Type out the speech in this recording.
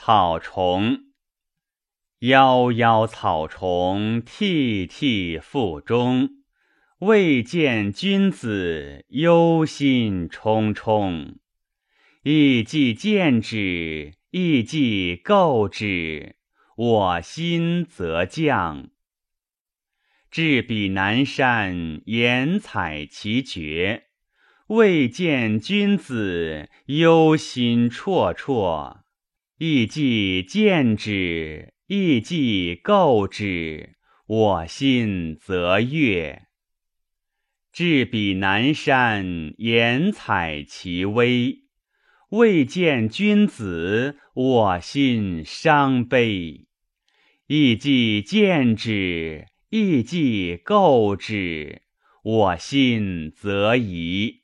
草虫。夭夭草虫，涕涕腹中。未见君子，忧心忡忡。意既见之，意既构之，我心则降。至彼南山，言采其蕨。未见君子，忧心忡忡。意既见之，意既构之，我心则悦。至彼南山，言采其微。未见君子，我心伤悲。意既见之，意既构之，我心则疑。